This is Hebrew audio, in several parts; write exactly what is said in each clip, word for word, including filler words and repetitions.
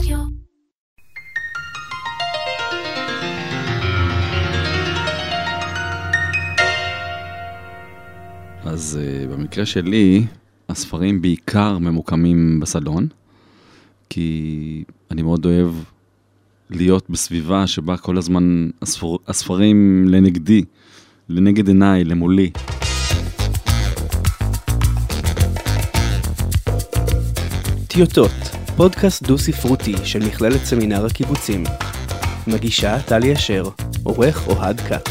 רדיו. אז uh, במקרה שלי, הספרים בעיקר ממוקמים בסלון, כי אני מאוד אוהב להיות בסביבה שבה כל הזמן הספר, הספרים לנגדי, לנגד עיניי, למולי. טיוטות, פודקאסט דו-ספרותי של מכללת סמינר הקיבוצים. מגישה טלי אשר, עורך אוהד כץ.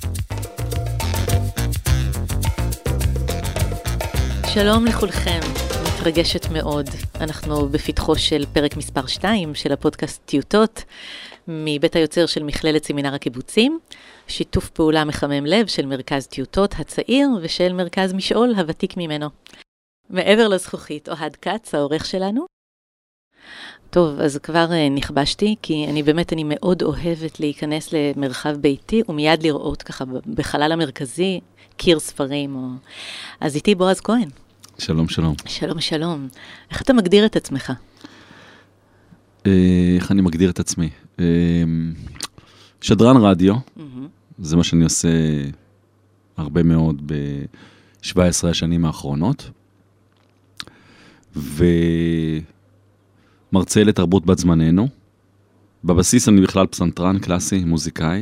שלום לכולכם, מתרגשת מאוד. אנחנו בפתחו של פרק מספר שתיים של הפודקאסט טיוטות, מבית היוצר של מכללת סמינר הקיבוצים, שיתוף פעולה מחמם לב של מרכז טיוטות הצעיר ושל מרכז משעול הוותיק ממנו. מעבר לזכוכית, אוהד כץ, העורך שלנו. טוב, אז כבר נכבשתי, כי אני באמת, אני מאוד אוהבת להיכנס למרחב ביתי, ומיד לראות ככה בחלל המרכזי, קיר ספרים. או... אז איתי בועז כהן. שלום, שלום. שלום, שלום. איך אתה מגדיר את עצמך? איך אני מגדיר את עצמי? שדרן רדיו, זה מה שאני עושה הרבה מאוד ב-שבע עשרה השנים האחרונות. ומרצה לתרבות בת זמננו. בבסיס אני בכלל פסנתרן קלאסי, מוזיקאי.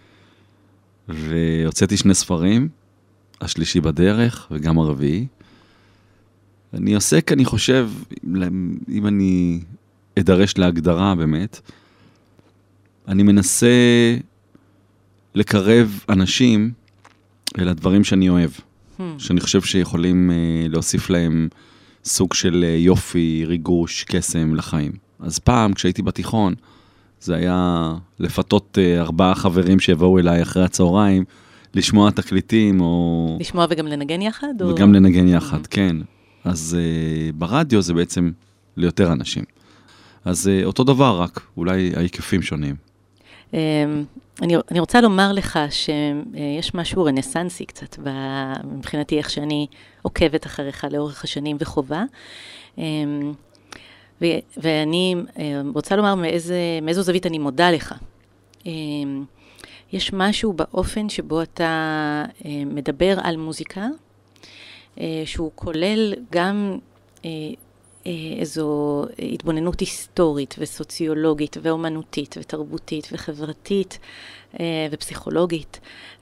והוצאתי שני ספרים, השלישי בדרך וגם הרביעי. אני עוסק, אני חושב, אם אני אדרש להגדרה באמת, אני מנסה לקרב אנשים אל הדברים שאני אוהב. Hmm. שאני חושב שיכולים להוסיף להם סוג של יופי, ריגוש, קסם לחיים. אז פעם, כשהייתי בתיכון, זה היה לפתות ארבעה חברים שיבואו אליי אחרי הצהריים, לשמוע תקליטים או... לשמוע וגם לנגן יחד? וגם או... לנגן יחד, mm-hmm. כן. אז uh, ברדיו זה בעצם ליותר אנשים. אז uh, אותו דבר רק, אולי ההיקפים שונים. Um, אני, אני רוצה לומר לך שיש משהו רנסנסי קצת, מבחינתי איך שאני עוקבת אחריך לאורך השנים וחובה. Um, ו, ואני uh, רוצה לומר מאיזה, מאיזו זווית אני מודה לך. Um, יש משהו באופן שבו אתה uh, מדבר על מוזיקה, uh, שהוא כולל גם uh, uh, איזו התבוננות היסטורית וסוציולוגית ואומנותית ותרבותית וחברתית uh, ופסיכולוגית,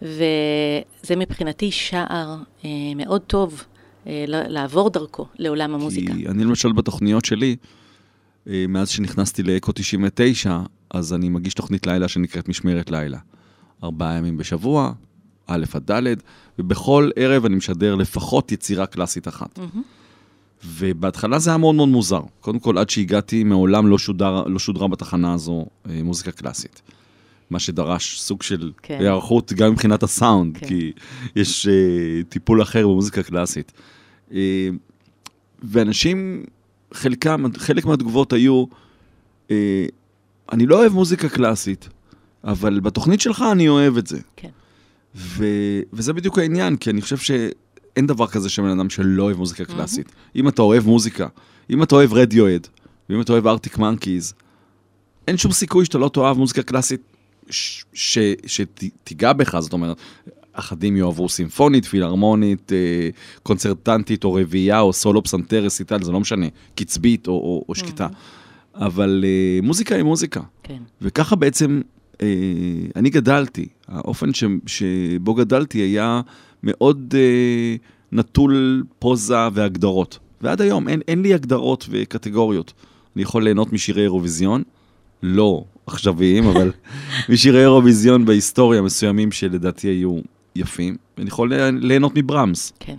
וזה מבחינתי שער uh, מאוד טוב uh, לעבור דרכו לעולם המוזיקה. כי אני למשל בתוכניות שלי, uh, מאז שנכנסתי לאקו תשעים ותשע, אז אני מגיש תוכנית לילה שנקראת משמרת לילה. ארבעה ימים בשבוע, א' עד ד', ובכל ערב אני משדר לפחות יצירה קלאסית אחת. Mm-hmm. ובהתחלה זה היה מאוד מאוד מוזר. קודם כל, עד שהגעתי, מעולם לא, שודר, לא שודרה בתחנה הזו אה, מוזיקה קלאסית. מה שדרש סוג של כן. הערכות גם מבחינת הסאונד, כן. כי יש אה, טיפול אחר במוזיקה קלאסית. אה, ואנשים, חלקם, חלק מהתגובות היו, אה, אני לא אוהב מוזיקה קלאסית, אבל בתוכנית שלך אני אוהב את זה. כן. ו- וזה בדיוק העניין, כי אני חושב שאין דבר כזה שבן אדם שלא אוהב מוזיקה קלאסית. Mm-hmm. אם אתה אוהב מוזיקה, אם אתה אוהב רדיואד, ואם אתה אוהב ארטיק מנקיז, אין שום סיכוי שאתה לא תאהב מוזיקה קלאסית ש- ש- שתיגע בך, זאת אומרת, אחדים יאהבו סימפונית, פילהרמונית, אה, קונצרטנטית, או רביעייה, או סולו פסנתר, רסיטל, זה לא משנה, קצבית או, או, או שקטה. Mm-hmm. אבל אה, מוזיקה היא מוזיקה. כן. וככה בעצם... אני גדלתי, האופן ש, שבו גדלתי היה מאוד אה, נטול פוזה והגדרות. ועד היום אין, אין לי הגדרות וקטגוריות. אני יכול ליהנות משירי אירוויזיון, לא עכשוויים, אבל משירי אירוויזיון בהיסטוריה מסוימים שלדעתי היו יפים. ואני יכול ליהנות מברמס. כן.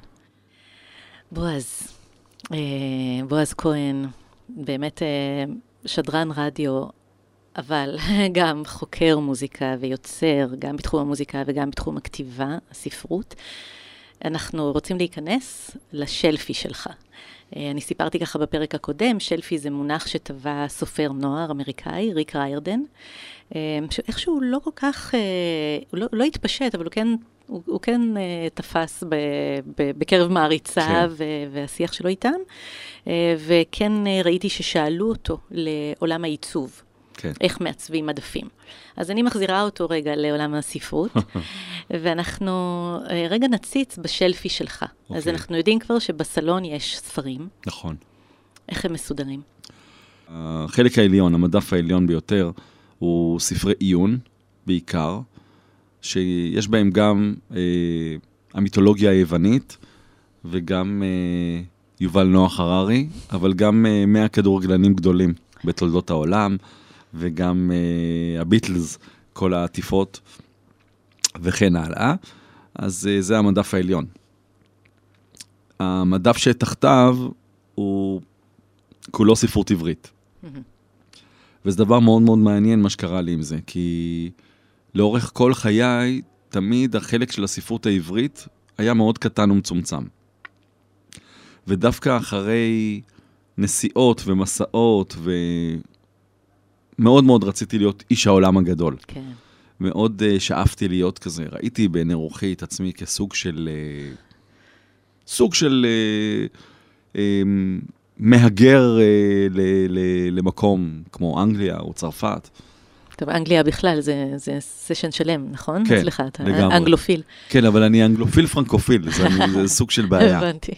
בועז, אה, בועז כהן, באמת אה, שדרן רדיו, אבל גם חוקר מוזיקה ויוצר, גם בתחום המוזיקה וגם בתחום הכתיבה, הספרות. אנחנו רוצים להיכנס לשלפי שלך. אני סיפרתי ככה בפרק הקודם, שלפי זה מונח שטבע סופר נוער אמריקאי, ריק ריירדן, שאיכשהו לא כל כך, הוא לא, לא התפשט, אבל הוא כן הוא, הוא כן uh, תפס ב, ב, בקרב מעריציו כן. ו, והשיח שלו איתם, uh, וכן uh, ראיתי ששאלו אותו לעולם העיצוב, כן. איך מעצבים מדפים. אז אני מחזירה אותו רגע לעולם הספרות, ואנחנו uh, רגע נציץ בשלפי שלך. Okay. אז אנחנו יודעים כבר שבסלון יש ספרים. נכון. איך הם מסודרים? החלק העליון, המדף העליון ביותר, הוא ספרי עיון, בעיקר, שיש בהם גם אה, המיתולוגיה היוונית, וגם אה, יובל נוח הררי, אבל גם אה, מאה כדורגלנים גדולים בתולדות העולם, וגם אה, הביטלס, כל העטיפות, וכן הלאה. אז אה, זה המדף העליון. המדף שתחתיו הוא כולו ספרות עברית. Mm-hmm. וזה דבר מאוד מאוד מעניין מה שקרה לי עם זה, כי לאורך כל חיי, תמיד החלק של הספרות העברית היה מאוד קטן ומצומצם. ודווקא אחרי נסיעות ומסעות, ומאוד מאוד רציתי להיות איש העולם הגדול. כן. מאוד uh, שאפתי להיות כזה. ראיתי בעיני רוחי את עצמי כסוג של... Uh, סוג של... Uh, um, מהגר uh, ל- ל- למקום כמו אנגליה או צרפת. טוב, אנגליה בכלל זה, זה סשן שלם, נכון? כן, אצלך, אתה לגמרי. אנגלופיל. כן, אבל אני אנגלופיל פרנקופיל, זה, אני, זה סוג של בעיה. הבנתי.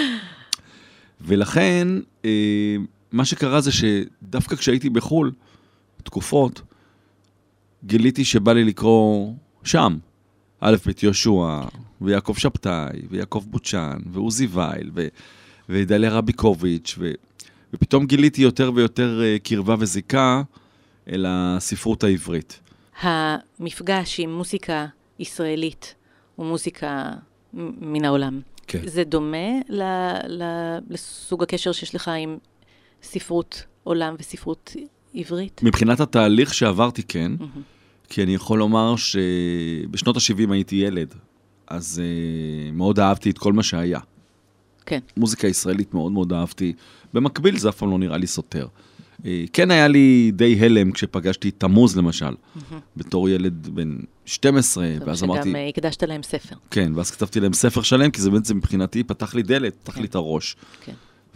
ולכן, אה, מה שקרה זה שדווקא כשהייתי בחול, תקופות, גיליתי שבא לי לקרוא שם, א' בית יהושע, ויעקב שבתאי, ויעקב בוצ'ן, ועוזי וייל, ו... ודליה רביקוביץ', ו... ופתאום גיליתי יותר ויותר uh, קרבה וזיקה אל הספרות העברית. המפגש עם מוזיקה ישראלית ומוזיקה מן העולם, כן. זה דומה ל... ל... לסוג הקשר שיש לך עם ספרות עולם וספרות עברית? מבחינת התהליך שעברתי, כן, mm-hmm. כי אני יכול לומר שבשנות ה-שבעים הייתי ילד, אז uh, מאוד אהבתי את כל מה שהיה. כן. מוזיקה ישראלית מאוד מאוד אהבתי. במקביל זה אף פעם לא נראה לי סותר. כן היה לי די הלם כשפגשתי את תמוז למשל, mm-hmm. בתור ילד בן שתים עשרה, ואז אמרתי... שגם הקדשת להם ספר. כן, ואז כתבתי להם ספר שלם, כי זה בעצם מבחינתי פתח לי דלת, פתח כן. לי את הראש. כן.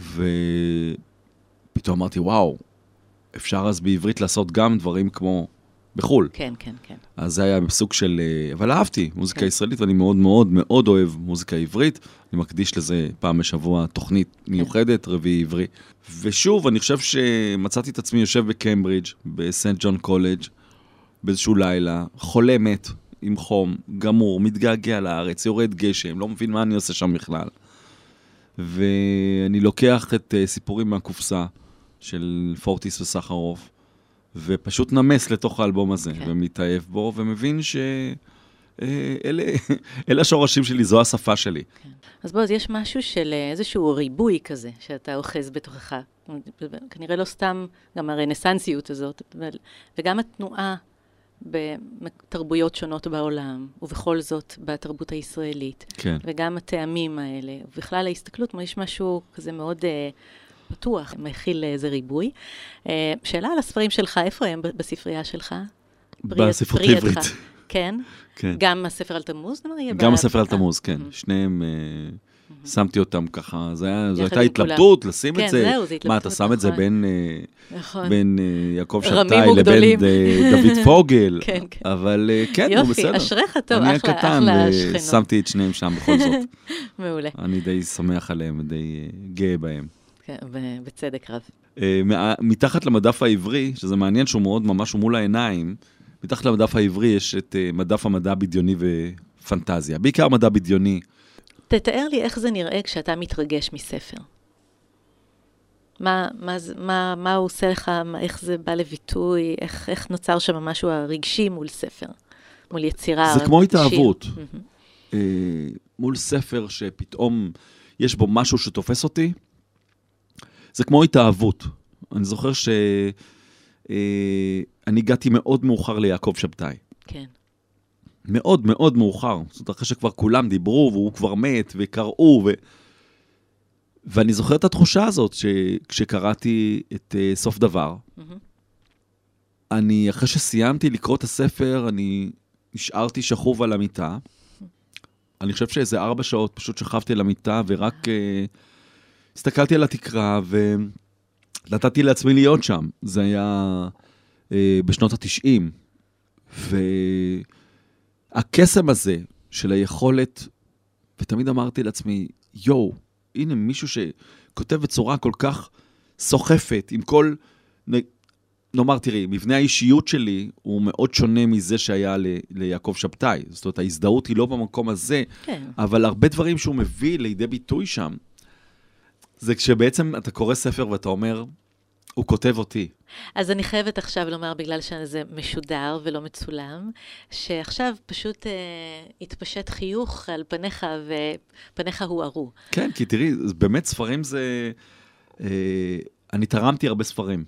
ופתאום אמרתי, וואו, אפשר אז בעברית לעשות גם דברים כמו בחול. כן, כן, כן. אז זה היה בסוג של... אבל אהבתי מוזיקה כן. ישראלית, ואני מאוד מאוד מאוד אוהב מוזיקה עברית. אני מקדיש לזה פעם בשבוע תוכנית מיוחדת, כן. רביעי עברי. ושוב, אני חושב שמצאתי את עצמי יושב בקמברידג', בסנט ג'ון קולג', באיזשהו לילה, חולה מת, עם חום, גמור, מתגעגע לארץ, יורד גשם, לא מבין מה אני עושה שם בכלל. ואני לוקח את סיפורים מהקופסה של פורטיס וסחרוף, ופשוט נמס לתוך האלבום הזה, כן. ומתאהב בו, ומבין שאלה השורשים שלי, זו השפה שלי. כן. אז בוא, אז יש משהו של איזשהו ריבוי כזה, שאתה אוחז בתוכך. כנראה לא סתם גם הרנסנסיות הזאת, וגם התנועה בתרבויות שונות בעולם, ובכל זאת בתרבות הישראלית. כן. וגם הטעמים האלה, ובכלל ההסתכלות, יש משהו כזה מאוד... פתוח, מכיל איזה ריבוי. שאלה על הספרים שלך, איפה הם בספרייה שלך? בספרות העברית. כן? כן. גם הספר על תמוז? גם הספר על תמוז, כן. שניהם, שמתי אותם ככה, זו הייתה התלבטות, לשים את זה. מה, אתה שם את זה בין יעקב שבתאי לבין דוד פוגל. כן, כן. אבל כן, הוא בסדר. יופי, אשריך טוב, אני הקטן, ושמתי את שניהם שם בכל זאת. מעולה. אני די שמח עליהם, ודי גאה בהם. כן, בצדק רב. מתחת למדף העברי, שזה מעניין שהוא מאוד ממש מול העיניים, מתחת למדף העברי יש את מדף המדע בדיוני ופנטזיה. בעיקר מדע בדיוני. תתאר לי איך זה נראה כשאתה מתרגש מספר. מה, מה, מה, מה הוא עושה לך, איך זה בא לביטוי, איך, איך נוצר שם משהו הרגשי מול ספר, מול יצירה. זה כמו התאהבות. Mm-hmm. מול ספר שפתאום יש בו משהו שתופס אותי, זה כמו התאהבות. אני זוכר שאני הגעתי מאוד מאוחר ליעקב שבתאי. כן. מאוד מאוד מאוחר. זאת אומרת, אחרי שכבר כולם דיברו, והוא כבר מת, וקראו, ו... ואני זוכר את התחושה הזאת, שכשקראתי את uh, סוף דבר, mm-hmm. אני, אחרי שסיימתי לקרוא את הספר, אני נשארתי שכוב על המיטה, אני חושב שאיזה ארבע שעות פשוט שכבתי על המיטה, ורק uh, הסתכלתי על התקרה, ונתתי לעצמי להיות שם. זה היה uh, בשנות ה-תשעים. והקסם הזה של היכולת, ותמיד אמרתי לעצמי, יו, הנה מישהו שכותב בצורה כל כך סוחפת, עם כל... נאמר, תראי, מבנה האישיות שלי הוא מאוד שונה מזה שהיה ל- ליעקב שבתאי. זאת אומרת, ההזדהות היא לא במקום הזה, כן. אבל הרבה דברים שהוא מביא לידי ביטוי שם, זה כשבעצם אתה קורא ספר ואתה אומר, הוא כותב אותי. אז אני חייבת עכשיו לומר, בגלל שזה משודר ולא מצולם, שעכשיו פשוט אה, התפשט חיוך על פניך, ופניך הוארו. כן, כי תראי, באמת ספרים זה... אה, אני תרמתי הרבה ספרים.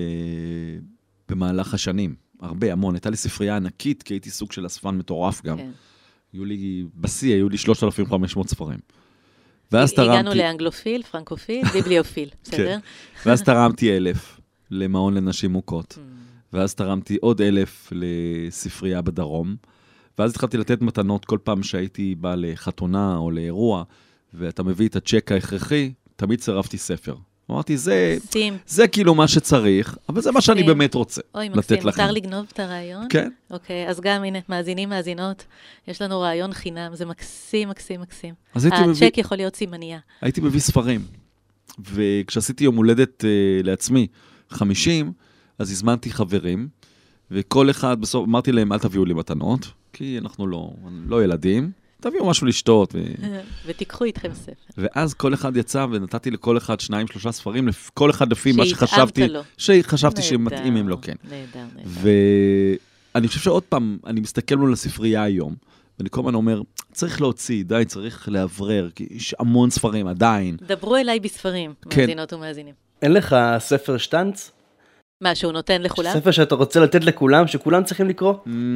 במהלך השנים, הרבה, המון. הייתה לי ספרייה ענקית, כי הייתי סוג של אספן מטורף גם. כן. היו לי, בשיא, היו לי שלושת אלפים וחמש מאות ספרים. ואז תרמתי... הגענו לאנגלופיל, פרנקופיל, ביבליופיל, בסדר? כן. ואז תרמתי אלף למעון לנשים מוכות. ואז תרמתי עוד אלף לספרייה בדרום. ואז התחלתי לתת מתנות כל פעם שהייתי בא לחתונה או לאירוע, ואתה מביא את הצ'ק ההכרחי, תמיד צירפתי ספר. אמרתי, זה, זה כאילו מה שצריך, אבל זה מה שאני באמת רוצה לתת לכם. אוי, מקסים, מותר לגנוב את הרעיון? כן. אוקיי, אז גם, הנה, מאזינים, מאזינות, יש לנו רעיון חינם, זה מקסים, מקסים, מקסים. הצ'ק יכול להיות סימניה. הייתי מביא ספרים, וכשעשיתי יום הולדת uh, לעצמי, חמישים, אז הזמנתי חברים, וכל אחד, בסוף, אמרתי להם, אל תביאו לי מתנות, כי אנחנו לא, לא ילדים, תביאו משהו לשתות. ו... ותיקחו איתכם ספר. ואז כל אחד יצא, ונתתי לכל אחד שניים, שלושה ספרים, כל אחד לפי מה שחשבתי, שחשבתי שמתאימים לו, כן. נהדר, נהדר. ואני חושב שעוד פעם, אני מסתכל מול הספרייה היום, ואני כל הזמן אומר, צריך להוציא, די, צריך להברר, כי יש המון ספרים, עדיין. דברו אליי בספרים, מאזינות ומאזינים. אין לך ספר שטנץ? מה, שהוא נותן לכולם? ספר שאתה רוצה לתת לכולם, שכולם צריכים לקרוא?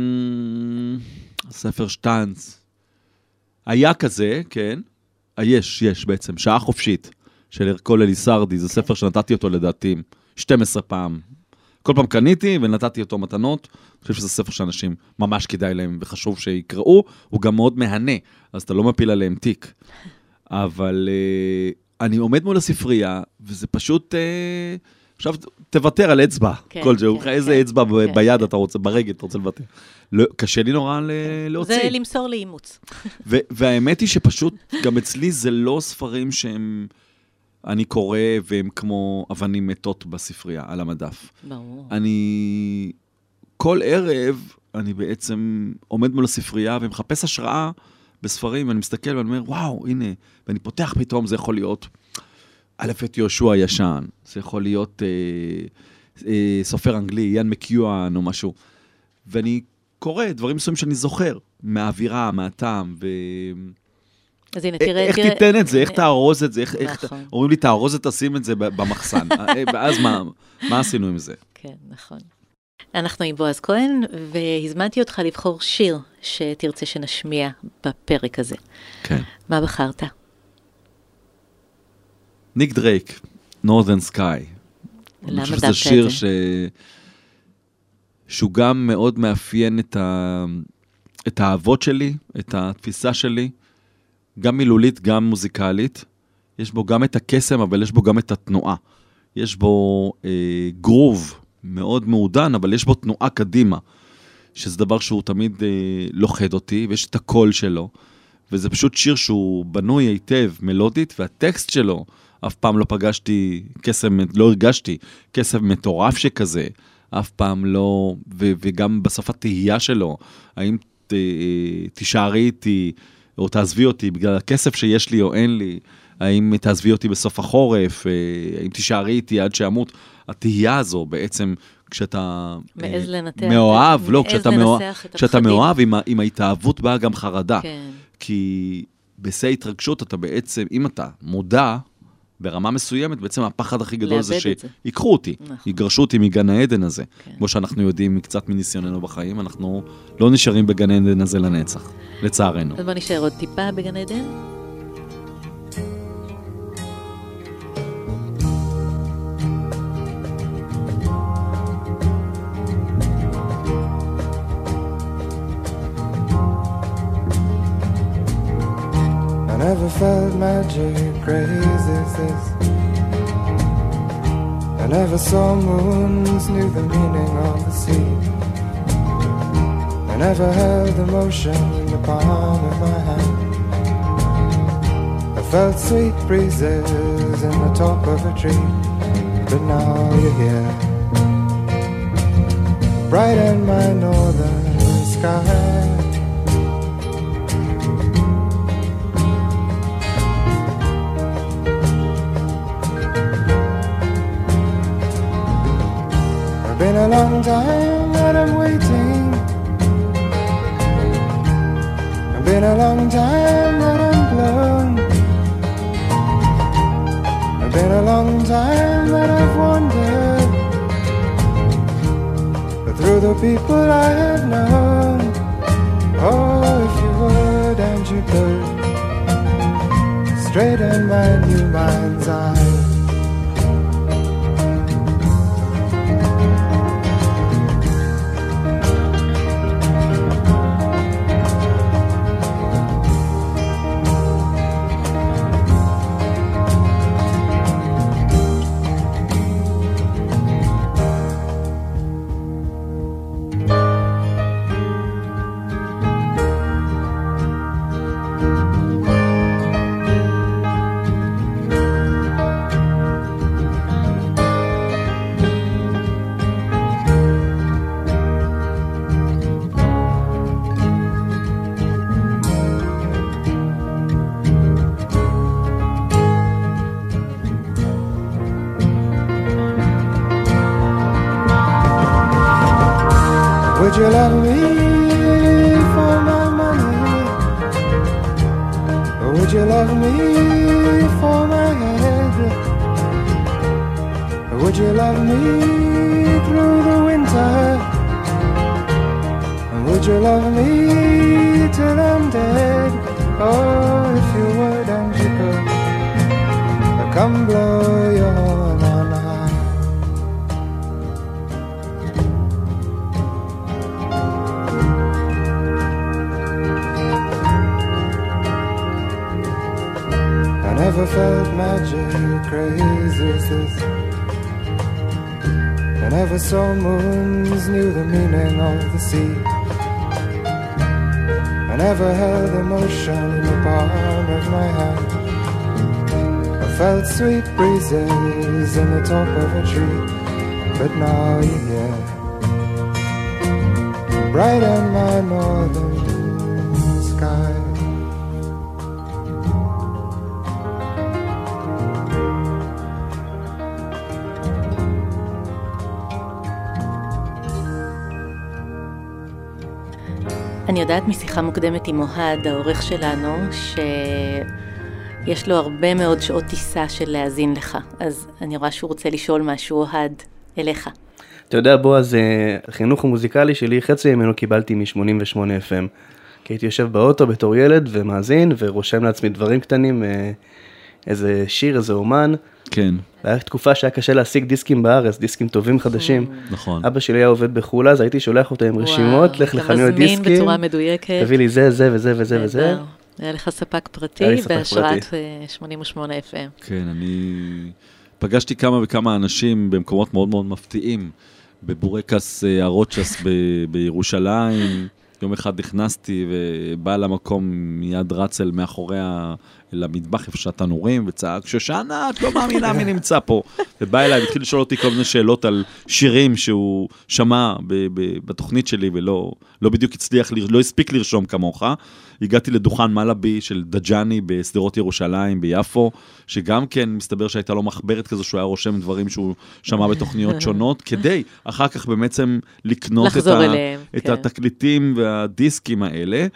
ספר שטנץ. היה כזה, כן, יש, יש בעצם, שעה חופשית של ארקול אליסרדי, זה ספר שנתתי אותו לדעתי שתים עשרה פעם. כל פעם קניתי ונתתי אותו מתנות, אני חושב שזה ספר שאנשים ממש כדאי להם וחשוב שיקראו, הוא גם מאוד מהנה, אז אתה לא מפיל עליהם תיק. אבל uh, אני עומד מול הספרייה, וזה פשוט... Uh, עכשיו, תוותר על אצבע, כן, כל זה, כן, איזה כן, אצבע כן. ביד אתה רוצה, ברגל אתה רוצה לוותר. לא, קשה לי נורא ל- להוציא. זה למסור לאימוץ. ו- והאמת היא שפשוט, גם אצלי זה לא ספרים שהם, אני קורא והם כמו אבנים מתות בספרייה, על המדף. ברור. אני, כל ערב, אני בעצם עומד מול הספרייה ומחפש השראה בספרים, ואני מסתכל ואני אומר, וואו, הנה, ואני פותח פתאום, זה יכול להיות... א' את יהושע הישן, זה יכול להיות אה, אה, סופר אנגלי, יאן מקיואן או משהו, ואני קורא דברים מסוימים שאני זוכר, מהאווירה, מהטעם, ו... אז הנה, תראה... איך תראה... תיתן את זה, איך תארוז את זה, איך... נכון. איך... אומרים לי, תארוז את, תשים את זה במחסן, ואז מה, מה עשינו עם זה? כן, נכון. אנחנו עם בועז כהן, והזמנתי אותך לבחור שיר שתרצה שנשמיע בפרק הזה. כן. מה בחרת? ניק דרייק, Northern Sky. אני חושב שזה שיר ש... שהוא גם מאוד מאפיין את, ה... את האהבות שלי, את התפיסה שלי, גם מילולית, גם מוזיקלית. יש בו גם את הקסם, אבל יש בו גם את התנועה. יש בו אה, גרוב מאוד מעודן, אבל יש בו תנועה קדימה, שזה דבר שהוא תמיד אה, לוחד אותי, ויש את הקול שלו, וזה פשוט שיר שהוא בנוי היטב, מלודית, והטקסט שלו, אף פעם לא פגשתי קסם, לא הרגשתי קסם מטורף שכזה, אף פעם לא, ו, וגם בסוף התהייה שלו, האם ת, תשארי איתי, או תעזבי אותי בגלל הכסף שיש לי או אין לי, האם תעזבי אותי בסוף החורף, האם תשארי איתי עד שאמות, התהייה הזו בעצם, כשאתה מעז לנתח, מאוהב, לא, כשאתה מאוהב, כשאתה מאוהב, עם, עם ההתאהבות באה גם חרדה, כן. כי בשיא התרגשות אתה בעצם, אם אתה מודע, ברמה מסוימת, בעצם הפחד הכי גדול זה שיקחו אותי, נכון. יגרשו אותי מגן העדן הזה. כן. כמו שאנחנו יודעים קצת מניסיוננו בחיים, אנחנו לא נשארים בגן העדן הזה לנצח, לצערנו. אז בוא נשאר עוד טיפה בגן העדן. never felt magic crazy as this. I never saw moons, knew the meaning of the sea. I never held emotion in the palm of my hand. I felt sweet breezes in the top of a tree, but now you're here, bright in my northern sky. It's been a long time that I'm waiting. It's been a long time that I'm blown. It's been a long time that I've wandered, but through the people I have known. Oh, if you would and you could, straight in my new mind's eye. Would you love me for my money? Or would you love me for my head? Or would you love me through the winter? And would you love me till I'm dead? Oh, if you would and you could, come blow your horn on high. I never felt magic crazy as this. I never saw moons, knew the meaning of the sea. I never held emotion in the palm of my hand. I felt sweet breezes in the top of a tree, but now you're here, bright in my northern sky. אני יודעת משיחה מוקדמת עם אוהד, העורך שלנו, שיש לו הרבה מאוד שעות טיסה של להאזין לך. אז אני רואה שהוא רוצה לשאול משהו, אוהד, אליך. אתה יודע, בועז, החינוך המוזיקלי שלי, חצי ממנו קיבלתי מ-שמונים ושמונה אף אם. כי הייתי יושב באוטו בתור ילד ומאזין, ורושם לעצמי דברים קטנים, איזה שיר, איזה אומן. כן. והיה תקופה שהיה קשה להשיג דיסקים בארץ, דיסקים טובים חדשים. נכון. אבא שלי היה עובד בחול, אז הייתי שולח אותו עם רשימות, לך לחנויות דיסקים. אתה מזמין בצורה מדויקת. תביא לי זה, זה וזה וזה וזה. היה לך ספק פרטי בהשראת שמונים ושמונה אף אם. כן, אני פגשתי כמה וכמה אנשים במקומות מאוד מאוד מפתיעים, בבורקס הרוצ'ס בירושלים. יום אחד נכנסתי ובא למקום מיד רצל מאחוריה למטבח איפה שהתנורים וצעק שושנה, את לא מאמינה מי נמצא פה. ובא אליי והתחיל לשאול אותי כל מיני שאלות על שירים שהוא שמע בתוכנית שלי ולא לא בדיוק הצליח, לא הספיק לרשום כמוך. הגעתי לדוכן מלאבי של דג'ני בסדרות ירושלים ביפו, שגם כן מסתבר שהייתה לו מחברת כזו שהוא היה רושם דברים שהוא שמע בתוכניות שונות, כדי אחר כך בעצם לקנות את, ה, את כן. התקליטים והדיסקים האלה,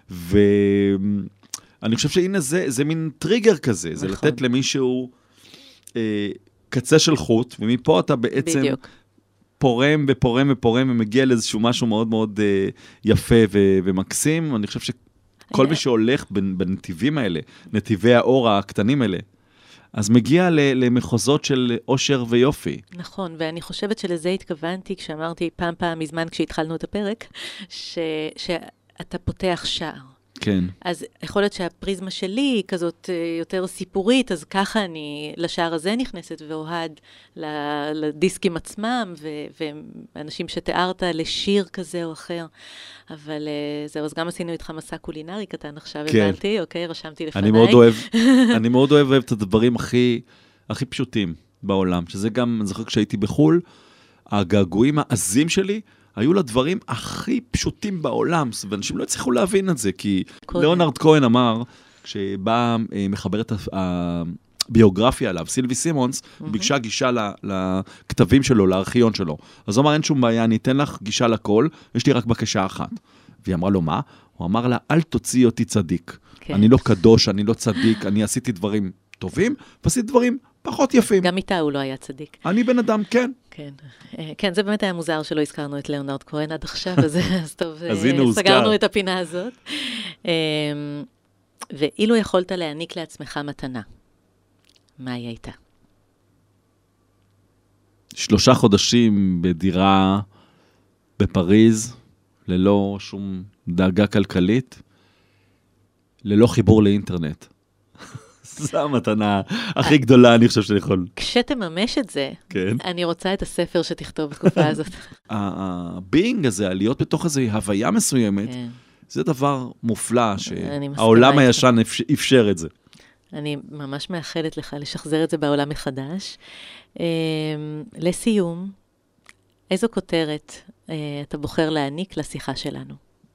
ואני חושב שהנה זה, זה מין טריגר כזה, זה נכון. לתת למישהו אה, קצה של חוט, ומפה אתה בעצם בדיוק. פורם ופורם ופורם ומגיע לאיזשהו משהו מאוד מאוד אה, יפה ו- ומקסים. אני חושב שכל מי שהולך בנתיבים האלה, נתיבי האור הקטנים האלה, אז מגיע למחוזות של אושר ויופי. נכון, ואני חושבת שלזה התכוונתי כשאמרתי פעם פעם מזמן כשהתחלנו את הפרק, ש, שאתה פותח שער. כן. אז יכול להיות שהפריזמה שלי היא כזאת יותר סיפורית, אז ככה אני לשער הזה נכנסת, ואוהד לדיסקים עצמם, ואנשים שתיארת לשיר כזה או אחר. אבל זהו, אז גם עשינו איתך מסע קולינרי קטן עכשיו, הבנתי, אוקיי, רשמתי לפניי. אני מאוד אוהב, אני מאוד אוהב את הדברים הכי, הכי פשוטים בעולם, שזה גם, אני זוכר כשהייתי בחול, הגעגועים העזים שלי, היו לדברים הכי פשוטים בעולם, ואנשים לא הצליחו להבין את זה, כי ליאונרד כהן אמר, כשבאה מחברת הביוגרפיה עליו, סילבי סימונס, ביקשה גישה לכתבים שלו, לארכיון שלו. אז הוא אמר, אין שום בעיה, אני אתן לך גישה לכל, יש לי רק בקשה אחת. והיא אמרה לו, מה? הוא אמר לה, אל תוציא אותי צדיק. אני לא קדוש, אני לא צדיק, אני עשיתי דברים טובים, ועשיתי דברים פחות יפים. גם איתה הוא לא היה צדיק. אני בן אדם, כן. כן, כן, זה באמת היה מוזר שלא הזכרנו את ליאונרד כהן עד עכשיו, אז טוב, סגרנו את הפינה הזאת. ואילו יכולת להעניק לעצמך מתנה, מה היא הייתה? שלושה חודשים בדירה בפריז, ללא שום דאגה כלכלית, ללא חיבור לאינטרנט. זו המתנה הכי גדולה, אני חושב שאני יכול. כשתממש את זה, אני רוצה את הספר שתכתוב בתקופה הזאת. הביינג הזה, להיות בתוך איזו הוויה מסוימת, זה דבר מופלא, שהעולם הישן אפשר את זה. אני ממש מאחלת לך לשחזר את זה בעולם מחדש. לסיום, איזו כותרת אתה בוחר להעניק לשיחה שלנו?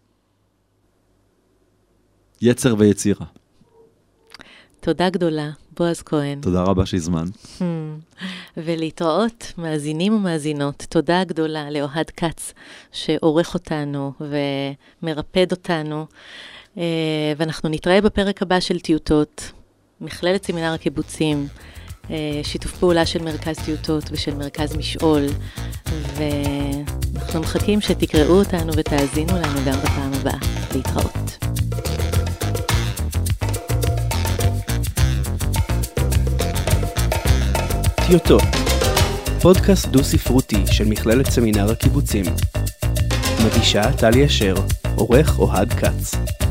יצר ויצירה. תודה גדולה, בועז כהן. תודה רבה שהזמן. ולהתראות, מאזינים ומאזינות, תודה גדולה לאוהד קץ, שעורך אותנו ומרפד אותנו, ואנחנו נתראה בפרק הבא של טיוטות, מכללת סמינר הקיבוצים, שיתוף פעולה של מרכז טיוטות ושל מרכז משעול, ואנחנו מחכים שתקראו אותנו ותאזינו לנו גם בפעם הבאה. להתראות. טיוטות, פודקאסט דו-ספרותי של מכללת סמינר הקיבוצים. מגישה טלי אשר, עורך אוהד קץ.